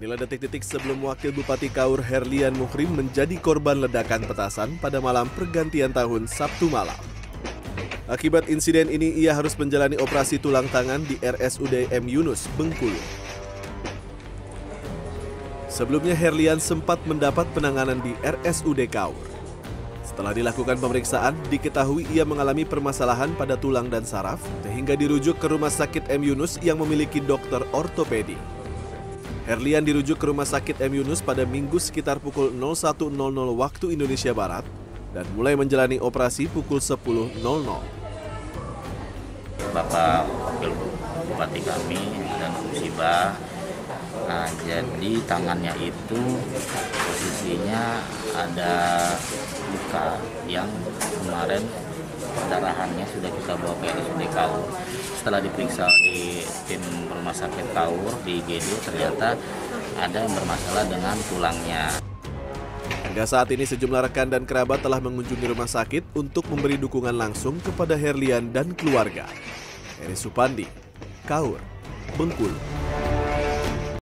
Inilah detik-detik sebelum Wakil Bupati Kaur Herlian Muhrim menjadi korban ledakan petasan pada malam pergantian tahun Sabtu malam. Akibat insiden ini, ia harus menjalani operasi tulang tangan di RSUD M. Yunus, Bengkulu. Sebelumnya, Herlian sempat mendapat penanganan di RSUD Kaur. Setelah dilakukan pemeriksaan, diketahui ia mengalami permasalahan pada tulang dan saraf, sehingga dirujuk ke Rumah Sakit M. Yunus yang memiliki dokter ortopedi. Herlian dirujuk ke Rumah Sakit M. Yunus pada Minggu sekitar pukul 01.00 waktu Indonesia Barat dan mulai menjalani operasi pukul 10.00. Bapak Wakil Bupati kami dan musibah, jadi tangannya itu posisinya ada luka yang kemarin perdarahannya sudah kita bawa ke RSUD Kaur. Setelah diperiksa di tim Rumah Sakit Kaur di IGD, ternyata ada yang bermasalah dengan tulangnya. Hingga saat ini sejumlah rekan dan kerabat telah mengunjungi rumah sakit untuk memberi dukungan langsung kepada Herlian dan keluarga. Heri Supandi, Kaur, Bengkulu.